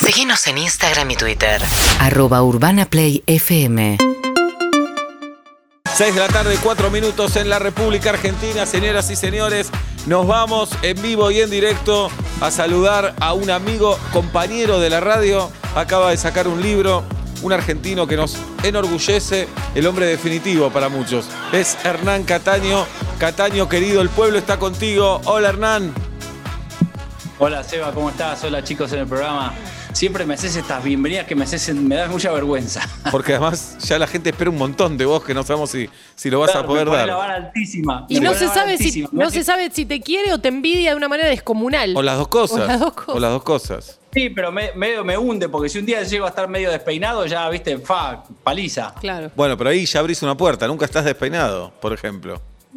Síguenos en Instagram y Twitter. @UrbanaPlayFM. 6 de la tarde, 4 minutos en la República Argentina. Señoras y señores, nos vamos en vivo y en directo a saludar a un amigo, compañero de la radio. Acaba de sacar un libro, un argentino que nos enorgullece, el hombre definitivo para muchos. Es Hernán Cataño. Cataño, querido, el pueblo está contigo. Hola, Hernán. Hola, Seba, ¿cómo estás? Hola, chicos en el programa. Siempre me haces estas bienvenidas que me da mucha vergüenza. Porque además ya la gente espera un montón de vos que no sabemos si lo vas a poder dar. La vara altísima. Y no se sabe si te quiere o te envidia de una manera descomunal. O las dos cosas. O las dos cosas. Sí, pero medio me hunde, porque si un día llego a estar medio despeinado, ya, viste, paliza. Claro. Bueno, pero ahí ya abrís una puerta. Nunca estás despeinado, por ejemplo.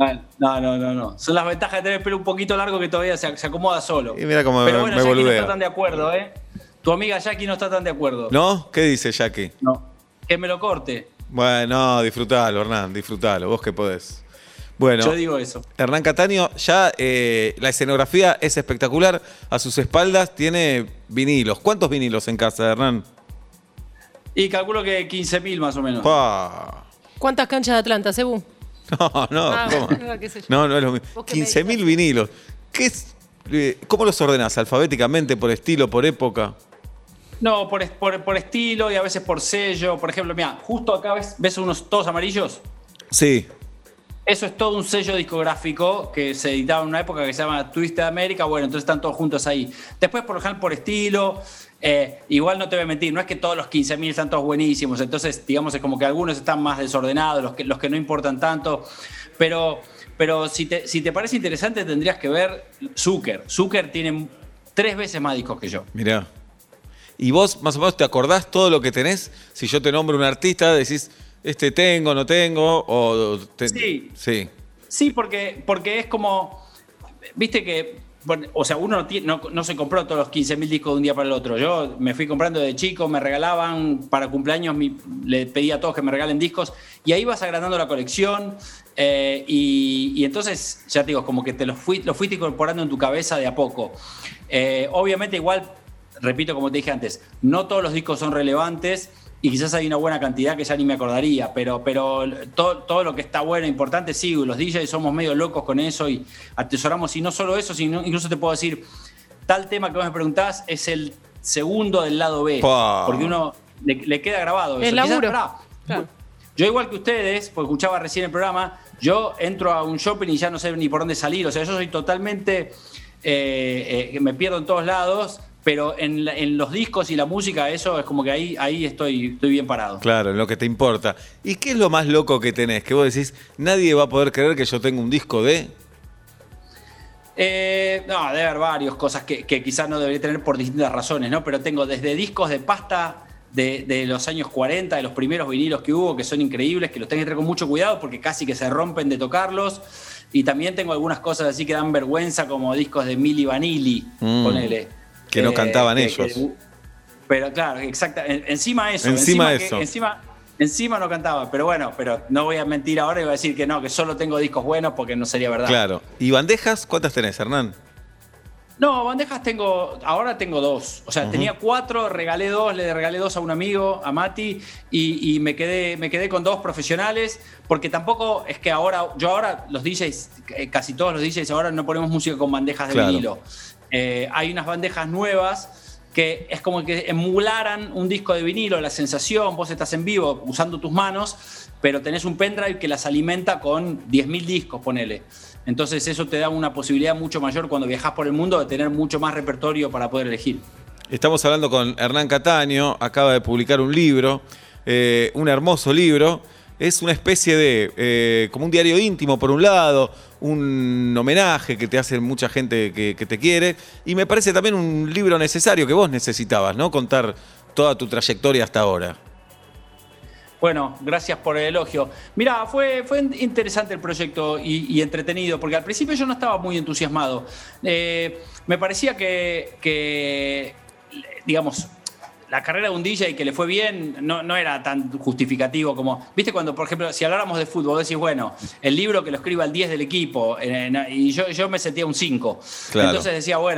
No. Son las ventajas de tener el pelo un poquito largo que todavía se acomoda solo. Y mira cómo pero bueno, me Jackie boludea. no está tan de acuerdo, ¿eh? Tu amiga Jackie no está tan de acuerdo. ¿No? ¿Qué dice Jackie? No. Que me lo corte. Bueno, disfrutalo, Hernán, disfrutalo. Vos que podés. Bueno, yo digo eso. Hernán Cataño, ya la escenografía es espectacular. A sus espaldas tiene vinilos. ¿Cuántos vinilos en casa, Hernán? Y calculo que 15.000 más o menos. Pa. ¿Cuántas canchas de Atlanta, Cebu? No, ¿cómo? Qué sé yo. No es lo mismo. 15.000 vinilos. ¿Cómo los ordenás? ¿Alfabéticamente, por estilo, por época? No, por estilo y a veces por sello. Por ejemplo, mira, justo acá ves unos todos amarillos. Sí. Eso es todo un sello discográfico que se editaba en una época que se llama Twisted America. Bueno, entonces están todos juntos ahí. Después, por ejemplo, por estilo. Igual no te voy a mentir, no es que todos los 15.000 están todos buenísimos. Entonces, digamos, es como que algunos están más desordenados, los que no importan tanto. Pero si te parece interesante, tendrías que ver Zucker. Zucker tiene 3 veces más discos que yo. Mirá. ¿Y vos más o menos te acordás todo lo que tenés? Si yo te nombro un artista, decís, tengo, no tengo, o... Sí. Sí. Sí, porque es como... Viste que... Bueno, o sea, uno no se compró todos los 15.000 discos de un día para el otro. Yo me fui comprando de chico, me regalaban para cumpleaños, le pedí a todos que me regalen discos, y ahí vas agrandando la colección, y entonces, ya te digo, como que lo fuiste incorporando en tu cabeza de a poco. Obviamente, igual, repito, como te dije antes, no todos los discos son relevantes, y quizás hay una buena cantidad que ya ni me acordaría, pero todo lo que está bueno, importante, sí, los DJs somos medio locos con eso y atesoramos, y no solo eso, sino incluso te puedo decir, tal tema que vos me preguntás es el segundo del lado B, porque uno le queda grabado eso. El laburo. Claro. Yo igual que ustedes, porque escuchaba recién el programa, yo entro a un shopping y ya no sé ni por dónde salir, o sea, yo soy totalmente, me pierdo en todos lados. Pero en los discos y la música, eso es como que ahí estoy bien parado. Claro, en lo que te importa. ¿Y qué es lo más loco que tenés? Que vos decís, nadie va a poder creer que yo tengo un disco de... No, debe haber varias cosas que quizás no debería tener por distintas razones, ¿no? Pero tengo desde discos de pasta de los años 40, de los primeros vinilos que hubo, que son increíbles, que los tengo que tener con mucho cuidado porque casi que se rompen de tocarlos. Y también tengo algunas cosas así que dan vergüenza, como discos de Milli Vanilli, ponele. Que no cantaban ellos. Pero claro, exacto. Encima no cantaba. Pero bueno, no voy a mentir ahora y voy a decir que no, que solo tengo discos buenos porque no sería verdad. Claro. ¿Y bandejas cuántas tenés, Hernán? No, bandejas ahora tengo 2. O sea, tenía 4, regalé 2, le regalé 2 a un amigo, a Mati, y me quedé con 2 profesionales, porque tampoco es que ahora los DJs, casi todos los DJs ahora no ponemos música con bandejas de vinilo. Hay unas bandejas nuevas que es como que emularan un disco de vinilo, la sensación, vos estás en vivo usando tus manos, pero tenés un pendrive que las alimenta con 10.000 discos, ponele. Entonces eso te da una posibilidad mucho mayor cuando viajás por el mundo de tener mucho más repertorio para poder elegir. Estamos hablando con Hernán Cataño, acaba de publicar un libro, un hermoso libro. Es una especie de, como un diario íntimo por un lado, un homenaje que te hace mucha gente que te quiere, y me parece también un libro necesario que vos necesitabas, ¿no? Contar toda tu trayectoria hasta ahora. Bueno, gracias por el elogio. Mirá, fue interesante el proyecto y entretenido, porque al principio yo no estaba muy entusiasmado. Me parecía que digamos, la carrera de un DJ que le fue bien no era tan justificativo como... ¿Viste cuando, por ejemplo, si habláramos de fútbol, decís, bueno, el libro que lo escriba el 10 del equipo, y yo me sentía un 5. Claro. Entonces decía, bueno,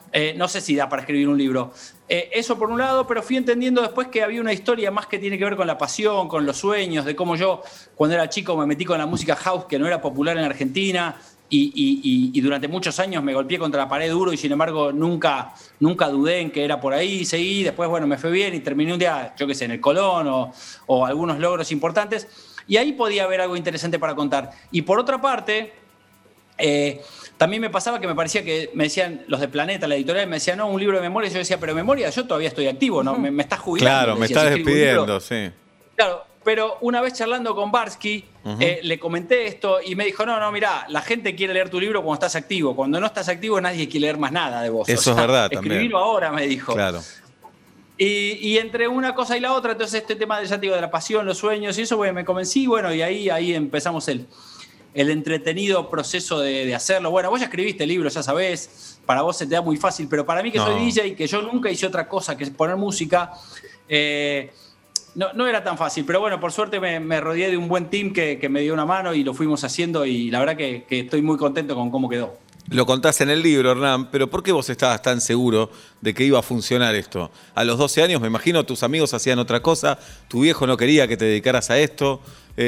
no sé si da para escribir un libro. Eso por un lado, pero fui entendiendo después que había una historia más que tiene que ver con la pasión, con los sueños, de cómo yo cuando era chico me metí con la música house que no era popular en Argentina y durante muchos años me golpeé contra la pared duro y sin embargo nunca dudé en que era por ahí, seguí, después bueno, me fue bien y terminé un día, yo qué sé, en el Colón o algunos logros importantes y ahí podía haber algo interesante para contar. Y por otra parte... también me pasaba que me parecía que me decían los de Planeta, la editorial, me decían, no, un libro de memoria. Y yo decía, pero memoria, yo todavía estoy activo, ¿no? Me estás jubilando. Claro, me estás despidiendo, sí. Claro, pero una vez charlando con Barsky, le comenté esto y me dijo, no, mirá, la gente quiere leer tu libro cuando estás activo. Cuando no estás activo, nadie quiere leer más nada de vos. Eso es verdad también. Escribirlo ahora, me dijo. Claro. Y entre una cosa y la otra, entonces este tema ya te digo, de la pasión, los sueños y eso, bueno, me convencí, bueno, y ahí empezamos el entretenido proceso de hacerlo. Bueno, vos ya escribiste el libro, ya sabés, para vos se te da muy fácil, pero para mí que soy DJ y que yo nunca hice otra cosa que poner música, no era tan fácil. Pero bueno, por suerte me rodeé de un buen team que me dio una mano y lo fuimos haciendo y la verdad que estoy muy contento con cómo quedó. Lo contás en el libro, Hernán, pero ¿por qué vos estabas tan seguro de que iba a funcionar esto? A los 12 años, me imagino, tus amigos hacían otra cosa, tu viejo no quería que te dedicaras a esto.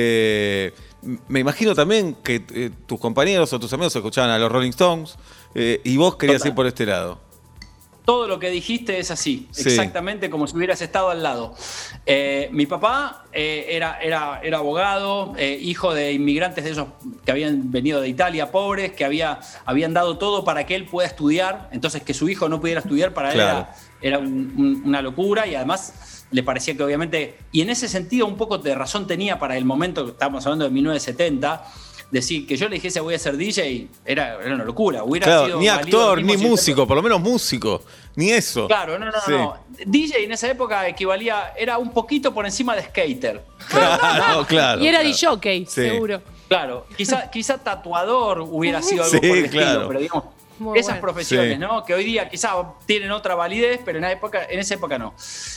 Me imagino también que tus compañeros o tus amigos escuchaban a los Rolling Stones y vos querías ir por este lado. Todo lo que dijiste es así, exactamente como si hubieras estado al lado. Mi papá era abogado, hijo de inmigrantes de esos que habían venido de Italia, pobres, que habían dado todo para que él pueda estudiar. Entonces, que su hijo no pudiera estudiar para él era una locura y además... Le parecía que obviamente, y en ese sentido un poco de razón tenía para el momento, que estábamos hablando de 1970, decir que yo le dijese voy a ser DJ, era una locura. Hubiera sido ni actor, ni músico, por lo menos músico, ni eso. Claro, no. DJ en esa época equivalía, era un poquito por encima de skater. Claro. Y era DJ, seguro. Claro, quizá tatuador hubiera sido algo por el estilo, pero digamos... Esas profesiones, ¿no? Que hoy día quizá tienen otra validez, pero en esa época no.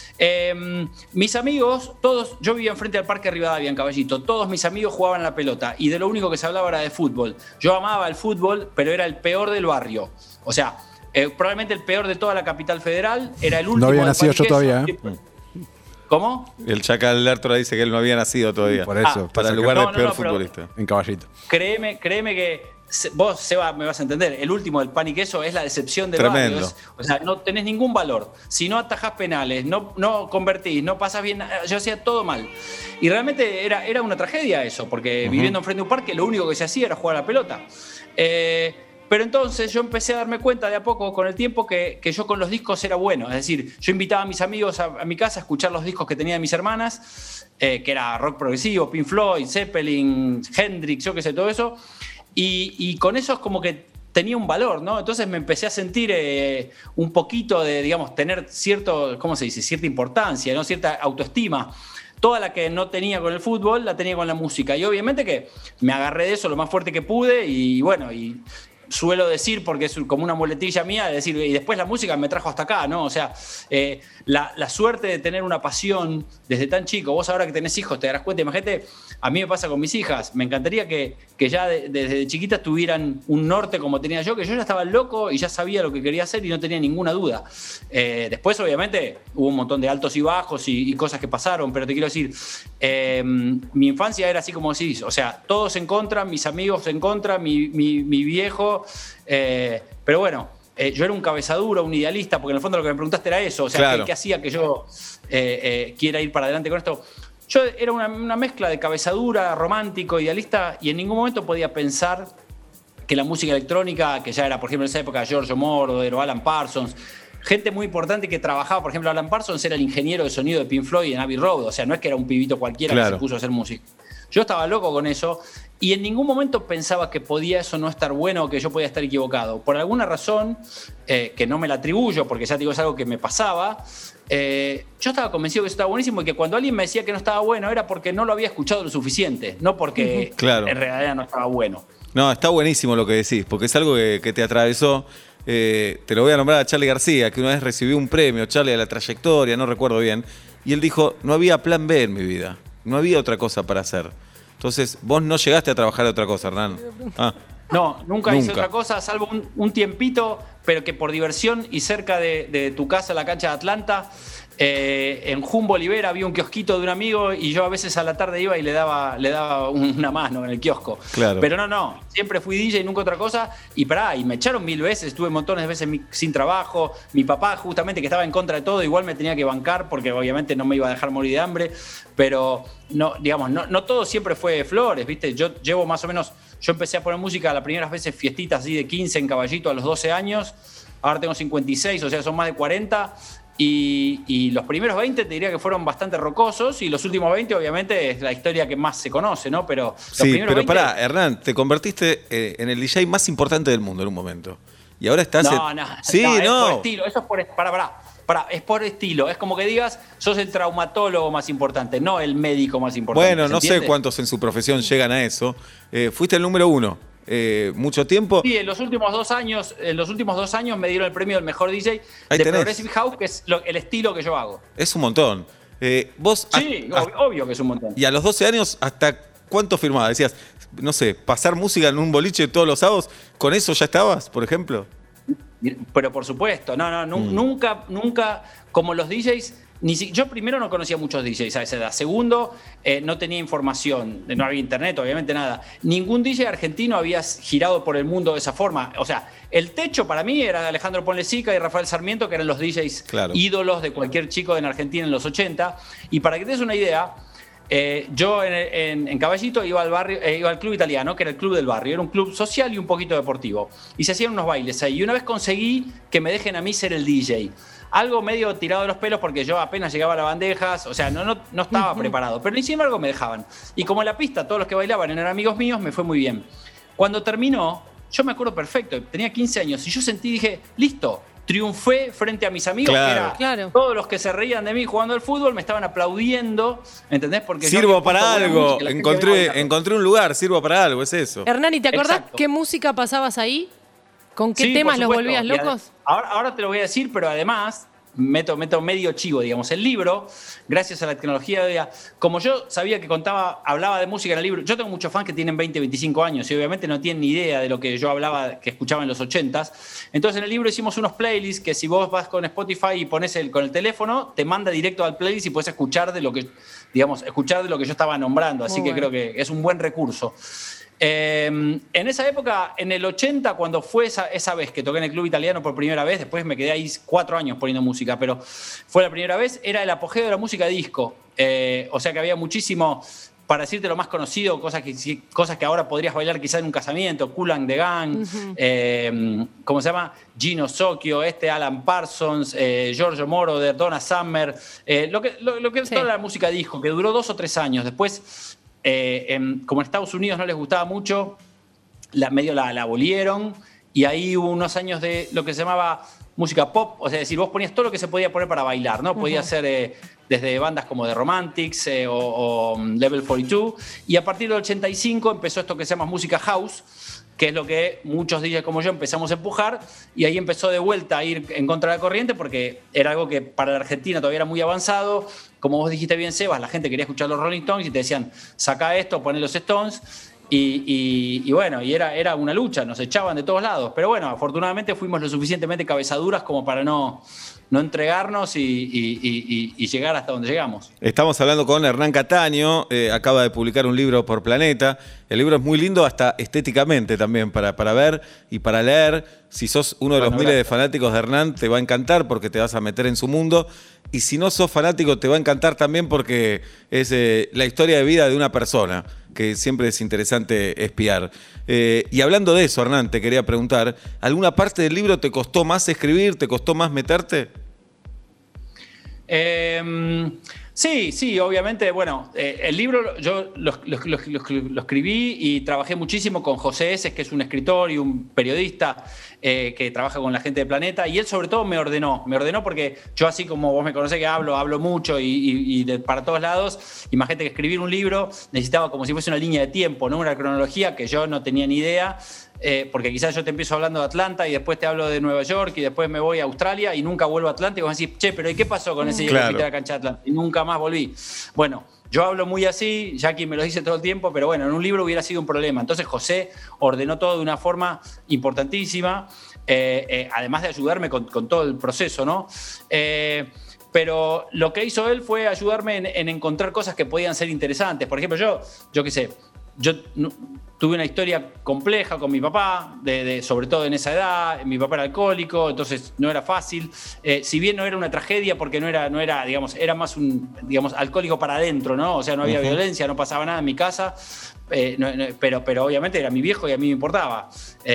Mis amigos, todos, yo vivía enfrente del Parque Rivadavia en Caballito, todos mis amigos jugaban a la pelota y de lo único que se hablaba era de fútbol. Yo amaba el fútbol, pero era el peor del barrio. O sea, probablemente el peor de toda la capital federal, era el último. No había nacido yo todavía, ¿eh? ¿Cómo? El Chacal Lertora dice que él no había nacido todavía. Por eso. Para el lugar del peor futbolista. En Caballito. Créeme que vos, Seba, me vas a entender, el último del pan y queso es la decepción del Tremendo. barrio. O sea, no tenés ningún valor. Si no atajás penales, no convertís, no pasás bien, yo hacía todo mal. Y realmente era una tragedia eso, porque viviendo enfrente de un parque lo único que se hacía era jugar a la pelota. Pero entonces yo empecé a darme cuenta de a poco con el tiempo que yo con los discos era bueno. Es decir, yo invitaba a mis amigos a mi casa a escuchar los discos que tenía de mis hermanas, que era rock progresivo, Pink Floyd, Zeppelin, Hendrix, yo qué sé, todo eso. Y con eso es como que tenía un valor, ¿no? Entonces me empecé a sentir un poquito de, digamos, tener cierta importancia, ¿no? Cierta autoestima. Toda la que no tenía con el fútbol, la tenía con la música. Y obviamente que me agarré de eso lo más fuerte que pude y bueno, y suelo decir, porque es como una muletilla mía, de decir, y después la música me trajo hasta acá, ¿no? O sea, la suerte de tener una pasión desde tan chico, vos ahora que tenés hijos te darás cuenta, imagínate, a mí me pasa con mis hijas, me encantaría que ya desde chiquitas tuvieran un norte como tenía yo, que yo ya estaba loco y ya sabía lo que quería hacer y no tenía ninguna duda. Después, obviamente, hubo un montón de altos y bajos y cosas que pasaron, pero te quiero decir, mi infancia era así como decís, o sea, todos en contra, mis amigos en contra, mi viejo, pero bueno, yo era un cabezaduro, un idealista, porque en el fondo lo que me preguntaste era eso, o sea, claro. ¿qué hacía que yo quiera ir para adelante con esto? Yo era una mezcla de cabezadura, romántico, idealista, y en ningún momento podía pensar que la música electrónica, que ya era, por ejemplo, en esa época Giorgio Moroder o Alan Parsons, gente muy importante que trabajaba, por ejemplo, Alan Parsons era el ingeniero de sonido de Pink Floyd en Abbey Road, o sea, no es que era un pibito cualquiera que se puso a hacer música. Yo estaba loco con eso y en ningún momento pensaba que podía eso no estar bueno o que yo podía estar equivocado. Por alguna razón, que no me la atribuyo, porque ya te digo, es algo que me pasaba, yo estaba convencido que eso estaba buenísimo y que cuando alguien me decía que no estaba bueno era porque no lo había escuchado lo suficiente, no porque en realidad no estaba bueno. No, está buenísimo lo que decís, porque es algo que te atravesó. Te lo voy a nombrar a Charly García, que una vez recibió un premio, Charly, a la trayectoria, no recuerdo bien, y él dijo, no había plan B en mi vida, no había otra cosa para hacer. Entonces, vos no llegaste a trabajar de otra cosa, Hernán. No, nunca hice otra cosa, salvo un tiempito pero que por diversión y cerca de tu casa, la cancha de Atlanta, en Humboldt Olivera había un kiosquito de un amigo y yo a veces a la tarde iba y le daba una mano en el kiosco. Claro. Pero no, siempre fui DJ y nunca otra cosa. Y me echaron 1000 veces, estuve montones de veces sin trabajo. Mi papá, justamente, que estaba en contra de todo, igual me tenía que bancar porque obviamente no me iba a dejar morir de hambre. Pero no, digamos, no todo siempre fue flores, ¿viste? Yo llevo más o menos, yo empecé a poner música las primeras veces fiestitas así de 15 en Caballito a los 12 años. Ahora tengo 56, o sea, son más de 40. Y los primeros 20 te diría que fueron bastante rocosos y los últimos 20 obviamente es la historia que más se conoce, ¿no? Pero sí, pero 20... pará, Hernán, te convertiste en el DJ más importante del mundo en un momento. Y ahora estás... No. Sí, no. Es por estilo, eso es por... es por estilo. Es como que digas, sos el traumatólogo más importante, no el médico más importante. Bueno, no sé cuántos en su profesión llegan a eso. Fuiste el número 1. Mucho tiempo. Sí, en los últimos 2 años me dieron el premio del mejor DJ Ahí de tenés. Progressive House, que es el estilo que yo hago. Es un montón. Vos Sí, obvio que es un montón. Y a los 12 años, ¿hasta cuánto firmabas? Decías, no sé, pasar música en un boliche todos los sábados, ¿con eso ya estabas, por ejemplo? Pero por supuesto, nunca, como los DJs, yo primero no conocía muchos DJs a esa edad. Segundo, no tenía información, no había internet, obviamente nada. Ningún DJ argentino había girado por el mundo de esa forma. O sea, el techo para mí era Alejandro Ponlecica y Rafael Sarmiento, que eran los DJs ídolos de cualquier chico en Argentina en los 80. Y para que te des una idea, yo en Caballito iba al Club Italiano, que era el club del barrio. Era un club social y un poquito deportivo. Y se hacían unos bailes ahí. Y una vez conseguí que me dejen a mí ser el DJ. Algo medio tirado de los pelos porque yo apenas llegaba a las bandejas, o sea, no estaba preparado. Pero sin embargo me dejaban. Y como en la pista todos los que bailaban eran amigos míos, me fue muy bien. Cuando terminó, yo me acuerdo perfecto, tenía 15 años y yo dije, listo, triunfé frente a mis amigos, Claro. Todos los que se reían de mí jugando al fútbol me estaban aplaudiendo, ¿entendés? Porque sirvo para algo, encontré un lugar, sirvo para algo, es eso. Hernán, ¿y te acordás Exacto. qué música pasabas ahí? ¿Con qué temas los volvías locos? Ahora te lo voy a decir, pero además meto medio chivo, digamos. El libro, gracias a la tecnología de hoy día, como yo sabía que hablaba de música en el libro, yo tengo muchos fans que tienen 20, 25 años y obviamente no tienen ni idea de lo que yo hablaba, que escuchaba en los 80s. Entonces en el libro hicimos unos playlists que si vos vas con Spotify y pones con el teléfono, te manda directo al playlist y puedes escuchar de lo que yo estaba nombrando. Así que creo que es un buen recurso. En esa época, en el 80, cuando fue esa vez que toqué en el Club Italiano por primera vez, después me quedé ahí 4 años poniendo música, pero fue la primera vez, era el apogeo de la música disco. O sea que había muchísimo, para decirte lo más conocido, cosas que ahora podrías bailar quizás en un casamiento, Kool and the Gang, ¿cómo se llama? Gino Socchio, Alan Parsons, Giorgio Moroder, Donna Summer, lo que es toda la música disco, que duró 2 o 3 años. Después... como en Estados Unidos no les gustaba mucho, medio la abolieron y ahí hubo unos años de lo que se llamaba música pop, o sea, es decir, vos ponías todo lo que se podía poner para bailar, ¿no? Podía ser desde bandas como The Romantics o Level 42, y a partir del 85 empezó esto que se llama música house, que es lo que muchos DJs como yo empezamos a empujar, y ahí empezó de vuelta a ir en contra de la corriente porque era algo que para la Argentina todavía era muy avanzado. Como vos dijiste bien, Sebas, la gente quería escuchar los Rolling Stones y te decían, saca esto, poné los Stones, y bueno, y era una lucha, nos echaban de todos lados. Pero bueno, afortunadamente fuimos lo suficientemente cabezaduras como para no entregarnos y llegar hasta donde llegamos. Estamos hablando con Hernán Cataño, acaba de publicar un libro por Planeta. El libro es muy lindo hasta estéticamente también, para ver y para leer. Si sos uno de los miles de fanáticos de Hernán, te va a encantar porque te vas a meter en su mundo. Y si no sos fanático, te va a encantar también porque es la historia de vida de una persona, que siempre es interesante espiar. Y hablando de eso, Hernán, te quería preguntar, ¿alguna parte del libro te costó más escribir, te costó más meterte? Sí, obviamente. Bueno, el libro yo lo escribí y trabajé muchísimo con José Eses, que es un escritor y un periodista que trabaja con la gente de Planeta, y él sobre todo me ordenó porque yo, así como vos me conocés que hablo mucho y para todos lados, imagínate que escribir un libro necesitaba como si fuese una línea de tiempo, ¿no? Una cronología que yo no tenía ni idea. Porque quizás yo te empiezo hablando de Atlanta y después te hablo de Nueva York y después me voy a Australia y nunca vuelvo a Atlanta y vos decís, che, pero ¿y qué pasó con ese día que fuiste a la cancha de Atlanta? Y nunca más volví. Bueno, Yo hablo muy así, Jackie me lo dice todo el tiempo, pero bueno, en un libro hubiera sido un problema. Entonces José ordenó todo de una forma importantísima, además de ayudarme con todo el proceso, ¿no? Pero lo que hizo él fue ayudarme en encontrar cosas que podían ser interesantes. Por ejemplo, yo qué sé, yo tuve una historia compleja con mi papá, sobre todo en esa edad. Mi papá era alcohólico, entonces no era fácil. Si bien no era una tragedia, porque no era digamos, era más un, digamos, alcohólico para adentro, ¿no? O sea, no había violencia, no pasaba nada en mi casa. Pero obviamente era mi viejo y a mí me importaba.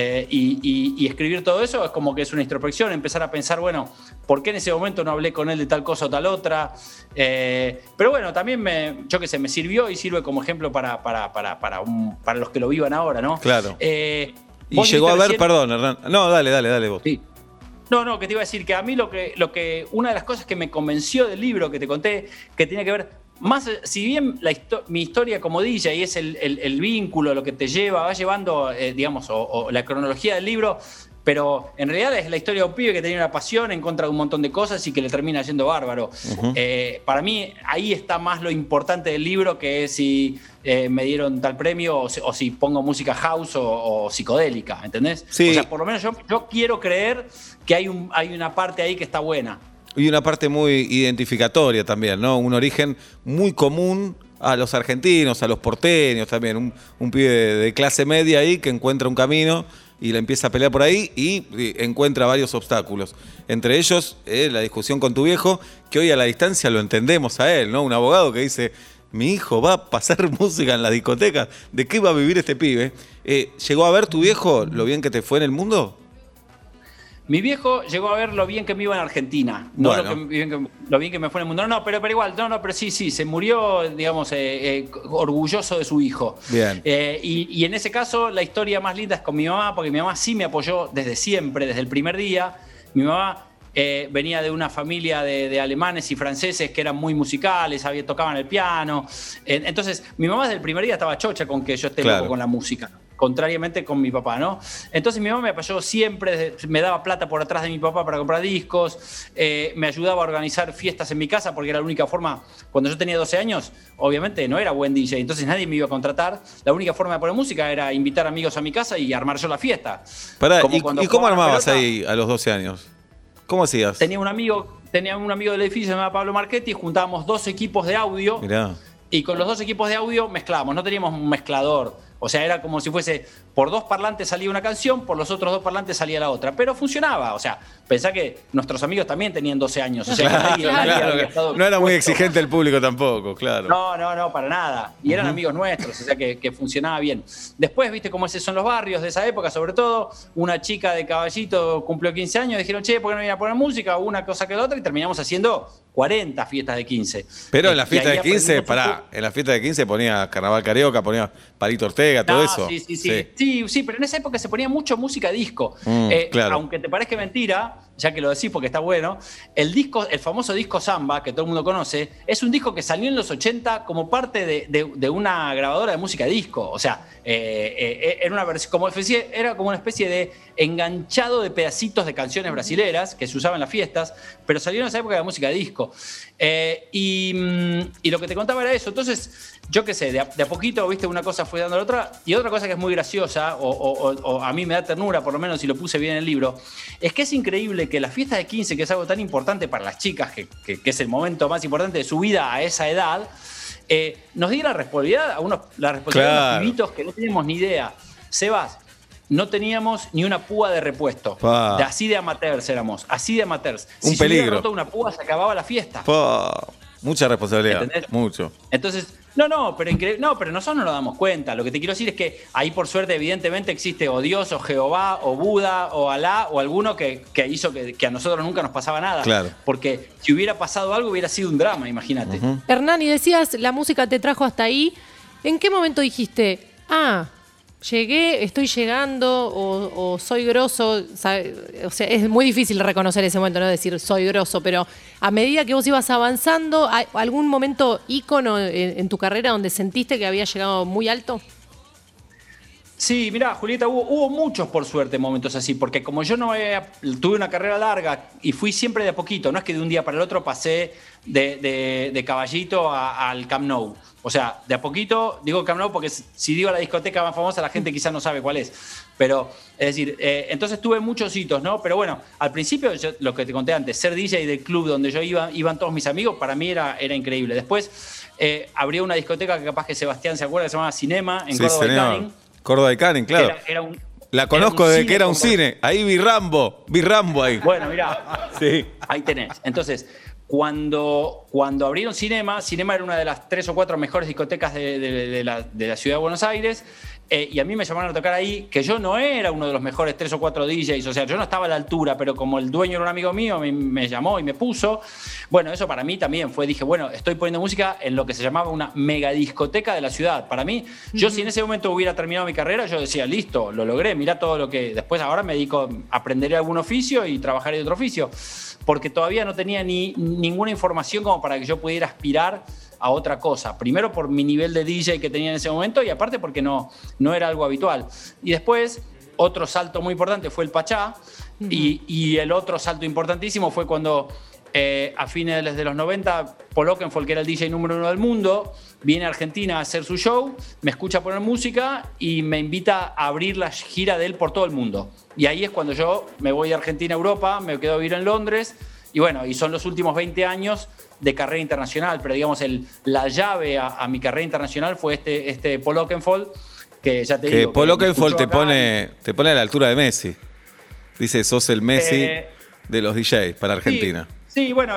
Y escribir todo eso es como que es una introspección, empezar a pensar, bueno, ¿por qué en ese momento no hablé con él de tal cosa o tal otra? Pero bueno, también yo qué sé, me sirvió y sirve como ejemplo para los que lo vivan ahora, ¿no? Claro. Y llegó a ver, perdón, Hernán. No, dale vos. Sí. No, que te iba a decir que a mí una de las cosas que me convenció del libro que te conté, que tiene que ver más, si bien mi historia como DJ es el vínculo, lo que te va llevando, digamos, o la cronología del libro, pero en realidad es la historia de un pibe que tenía una pasión en contra de un montón de cosas y que le termina yendo bárbaro. Para mí ahí está más lo importante del libro, que es si me dieron tal premio o si pongo música house o psicodélica, ¿entendés? Sí. O sea, por lo menos yo quiero creer que hay una parte ahí que está buena. Y una parte muy identificatoria también, ¿no? Un origen muy común a los argentinos, a los porteños también. Un pibe de clase media ahí que encuentra un camino y le empieza a pelear por ahí y encuentra varios obstáculos. Entre ellos, la discusión con tu viejo, que hoy a la distancia lo entendemos a él, ¿no? Un abogado que dice, mi hijo va a pasar música en la discoteca, ¿de qué va a vivir este pibe? ¿Llegó a ver tu viejo lo bien que te fue en el mundo? Mi viejo llegó a ver lo bien que me iba en Argentina, bueno. No lo bien que me fue en el mundo. No, pero igual, pero sí, se murió, digamos, orgulloso de su hijo. Bien. Y en ese caso, la historia más linda es con mi mamá, porque mi mamá sí me apoyó desde siempre, desde el primer día. Mi mamá venía de una familia de alemanes y franceses que eran muy musicales, tocaban el piano. Entonces, mi mamá desde el primer día estaba chocha con que yo esté loco con la música. Contrariamente con mi papá, ¿no? Entonces mi mamá me apoyó siempre, me daba plata por atrás de mi papá para comprar discos, me ayudaba a organizar fiestas en mi casa porque era la única forma, cuando yo tenía 12 años, obviamente no era buen DJ, entonces nadie me iba a contratar, la única forma de poner música era invitar amigos a mi casa y armar yo la fiesta. Pará, ¿y cómo armabas ahí a los 12 años? ¿Cómo hacías? Tenía un amigo del edificio, se llamaba Pablo Marchetti, juntábamos 2 equipos de audio. Mirá. Y con los 2 equipos de audio mezclábamos, no teníamos un mezclador. O sea, era como si fuese, por 2 parlantes salía una canción, por los otros 2 parlantes salía la otra. Pero funcionaba, o sea, pensá que nuestros amigos también tenían 12 años. O sea, claro, que nadie había estado no era muy expuesto. exigente el público tampoco, claro. No, para nada. Y eran amigos nuestros, o sea, que funcionaba bien. Después, viste cómo son los barrios de esa época, sobre todo, una chica de Caballito cumplió 15 años, dijeron, che, ¿por qué no viene a poner música? Una cosa que la otra, y terminamos haciendo 40 fiestas de 15. Pero en la fiesta de 15, en la fiesta de 15 ponía Carnaval Carioca, ponía Palito Ortega, todo eso. Sí, pero en esa época se ponía mucho música disco. Claro. Aunque te parezca mentira, ya que lo decís porque está bueno, el famoso disco Samba, que todo el mundo conoce, es un disco que salió en los 80 como parte de una grabadora de música disco. O sea, era una versión, era como una especie de enganchado de pedacitos de canciones brasileras que se usaban en las fiestas, pero salió en esa época de música disco. Y lo que te contaba era eso. Entonces, yo qué sé, de a poquito, viste, una cosa fue dando a la otra. Y otra cosa que es muy graciosa, o a mí me da ternura, por lo menos si lo puse bien en el libro, es que es increíble que la fiesta de 15, que es algo tan importante para las chicas, que es el momento más importante de su vida a esa edad, nos diera la responsabilidad a unos pibitos que no teníamos ni idea. Sebas, no teníamos ni una púa de repuesto. Así de amateurs éramos, así de amateurs. Un si peligro. se hubiera roto una púa, se acababa la fiesta. Mucha responsabilidad. ¿Entendés? Mucho. Entonces, pero nosotros no nos damos cuenta. Lo que te quiero decir es que ahí, por suerte, evidentemente existe o Dios, o Jehová, o Buda, o Alá, o alguno que hizo que a nosotros nunca nos pasaba nada. Claro. Porque si hubiera pasado algo, hubiera sido un drama, imagínate. Hernán, y decías, la música te trajo hasta ahí. ¿En qué momento dijiste, llegué, estoy llegando o soy grosso? O sea, es muy difícil reconocer ese momento, no decir soy grosso, pero a medida que vos ibas avanzando, ¿hay algún momento ícono en tu carrera donde sentiste que había llegado muy alto? Sí, mirá, Julieta, hubo muchos, por suerte, momentos así, porque como yo tuve una carrera larga y fui siempre de a poquito, no es que de un día para el otro pasé de Caballito al Camp Nou. O sea, de a poquito, digo Camp Nou porque si digo la discoteca más famosa, la gente quizás no sabe cuál es. Pero, es decir, entonces tuve muchos hitos, ¿no? Pero bueno, al principio, lo que te conté antes, ser DJ del club donde yo iban todos mis amigos, para mí era increíble. Después abrió una discoteca que capaz que Sebastián se acuerda, que se llamaba Cinema, en Córdoba y Canin. Córdoba y Canin, claro. La conozco desde que era un cine. Ahí vi Rambo ahí. Bueno, mirá, sí. Ahí tenés. Entonces, cuando abrieron Cinema era una de las 3 o 4 mejores discotecas de la ciudad de Buenos Aires. Y a mí me llamaron a tocar ahí, que yo no era uno de los mejores 3 o 4 DJs, o sea, yo no estaba a la altura, pero como el dueño era un amigo mío, me llamó y me puso. Bueno, eso para mí también dije, bueno, estoy poniendo música en lo que se llamaba una megadiscoteca de la ciudad. Para mí, yo si en ese momento hubiera terminado mi carrera, yo decía, listo, lo logré, mirá todo lo que... Después ahora me dedico, aprenderé algún oficio y trabajaré de otro oficio, porque todavía no tenía ninguna información como para que yo pudiera aspirar a otra cosa. Primero por mi nivel de DJ que tenía en ese momento y aparte porque no era algo habitual. Y después, otro salto muy importante fue el Pachá. Y el otro salto importantísimo fue cuando a fines de los 90 Paul Oakenfold, que era el DJ número 1 del mundo, viene a Argentina a hacer su show, me escucha poner música y me invita a abrir la gira de él por todo el mundo. Y ahí es cuando yo me voy de Argentina a Europa, me quedo a vivir en Londres y bueno, y son los últimos 20 años de carrera internacional, pero digamos la llave a mi carrera internacional fue este Paul Oakenfold, que ya te digo... Que Paul Oakenfold te pone a la altura de Messi. Dice, sos el Messi de los DJs para Argentina. Sí, bueno,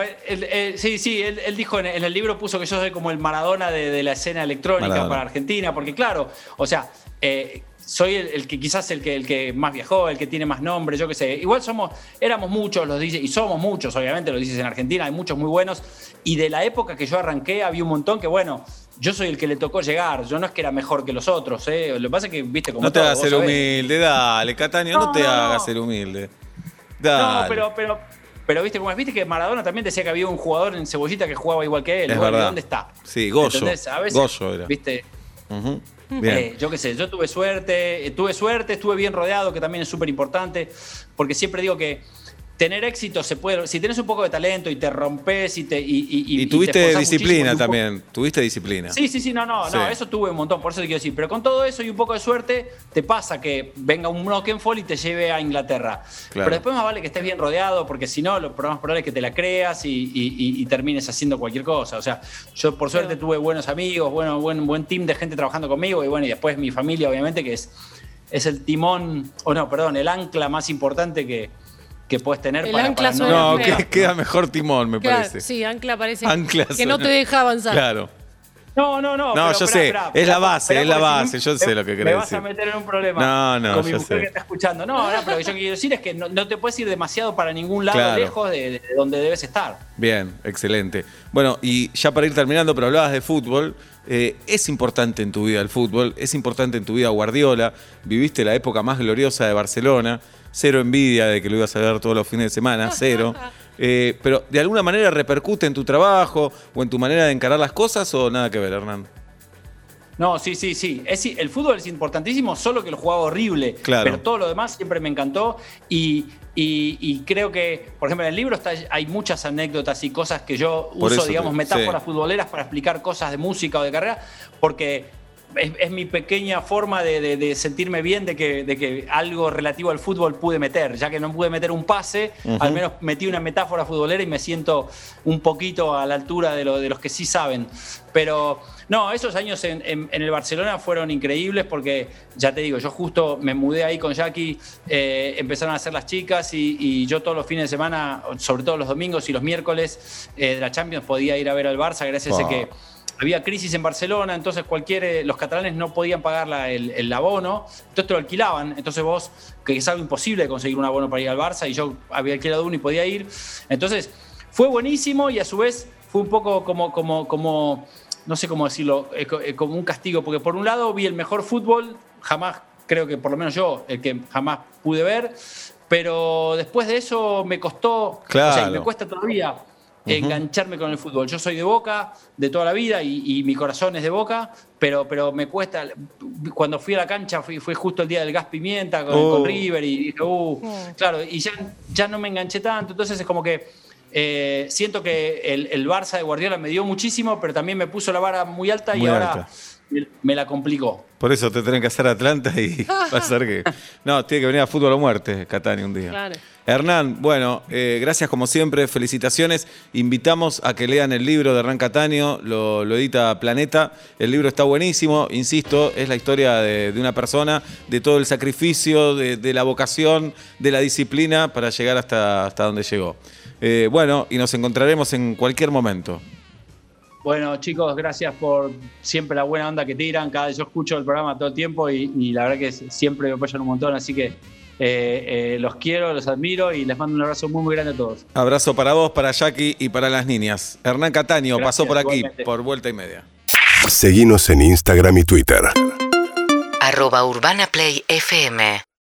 él dijo en el libro, puso que yo soy como el Maradona de la escena electrónica para Argentina, porque claro, o sea... soy el que quizás el que más viajó, el que tiene más nombre, yo qué sé. Igual éramos muchos los DJs, y somos muchos, obviamente, los DJs en Argentina, hay muchos muy buenos. Y de la época que yo arranqué había un montón que, bueno, yo soy el que le tocó llegar. Yo no es que era mejor que los otros, ¿eh? Lo que pasa es que, viste, como no te hagas ser humilde, dale, Cataño, no te hagas ser humilde. Dale. No, pero viste, como viste que Maradona también decía que había un jugador en Cebollita que jugaba igual que él. Es verdad. ¿Dónde está? Sí, Goyo. ¿Entendés? A veces, Goyo era. ¿Viste? Bien. Yo qué sé, yo tuve suerte, estuve bien rodeado, que también es súper importante, porque siempre digo que tener éxito se puede, si tenés un poco de talento y te rompes y tuviste disciplina también, tuviste disciplina. Sí, no, eso tuve un montón, por eso te quiero decir, pero con todo eso y un poco de suerte, te pasa que venga un Oakenfold y te lleve a Inglaterra. Claro. Pero después más vale que estés bien rodeado, porque si no, lo más probable es que te la creas y termines haciendo cualquier cosa. O sea, yo por suerte tuve buenos amigos, buen team de gente trabajando conmigo, y después mi familia, obviamente, que es el timón, el ancla más importante que puedes tener queda mejor timón, me parece. Sí, ancla parece ancla que no te deja avanzar. Claro. No, pero yo sé, es la base, yo sé lo que querés decir. Me vas a meter en un problema con mi mujer que está escuchando. No, pero lo que yo quiero decir es que no te puedes ir demasiado para ningún lado lejos de donde debes estar. Bien, excelente. Bueno, y ya para ir terminando, pero hablabas de fútbol. Es importante en tu vida el fútbol, es importante en tu vida Guardiola. Viviste la época más gloriosa de Barcelona. Cero envidia de que lo ibas a ver todos los fines de semana, cero. Pero ¿de alguna manera repercute en tu trabajo o en tu manera de encarar las cosas o nada que ver, Hernán? No, sí. El fútbol es importantísimo, solo que lo jugaba horrible. Claro. Pero todo lo demás siempre me encantó. Y creo que, por ejemplo, en el libro hay muchas anécdotas y cosas que yo uso, digamos, metáforas futboleras para explicar cosas de música o de carrera, porque es mi pequeña forma de sentirme bien de que algo relativo al fútbol pude meter. Ya que no pude meter un pase, al menos metí una metáfora futbolera y me siento un poquito a la altura de los que sí saben. Pero no, esos años en el Barcelona fueron increíbles porque, ya te digo, yo justo me mudé ahí con Jackie, empezaron a hacer las chicas y yo todos los fines de semana, sobre todo los domingos y los miércoles de la Champions, podía ir a ver al Barça gracias a que había crisis en Barcelona, entonces los catalanes no podían pagar el abono, entonces te lo alquilaban. Entonces vos, que es algo imposible de conseguir un abono para ir al Barça, y yo había alquilado uno y podía ir. Entonces fue buenísimo y a su vez fue un poco como no sé cómo decirlo, como un castigo, porque por un lado vi el mejor fútbol, creo que por lo menos yo, el que jamás pude ver, pero después de eso me costó, claro. Y me cuesta todavía engancharme con el fútbol. Yo soy de Boca de toda la vida y mi corazón es de Boca, pero me cuesta. Cuando fui a la cancha fue justo el día del gas pimienta con River y dije, claro, y ya no me enganché tanto. Entonces es como que siento que el Barça de Guardiola me dio muchísimo, pero también me puso la vara muy alta y ahora me la complicó. Por eso te tienen que hacer Atlanta y va a ser que... No, tiene que venir a Fútbol o Muerte, Catania, un día. Claro. Hernán, bueno, gracias como siempre, felicitaciones. Invitamos a que lean el libro de Hernán Cataño, lo edita Planeta. El libro está buenísimo, insisto, es la historia de una persona, de todo el sacrificio, de la vocación, de la disciplina para llegar hasta donde llegó. Bueno, y nos encontraremos en cualquier momento. Bueno, chicos, gracias por siempre la buena onda que tiran. Yo escucho el programa todo el tiempo y la verdad que siempre me apoyan un montón, así que los quiero, los admiro y les mando un abrazo muy, muy grande a todos. Abrazo para vos, para Jackie y para las niñas. Hernán Cataño pasó por aquí, igualmente, por Vuelta y Media. Seguinos en Instagram y Twitter. @UrbanaPlayFM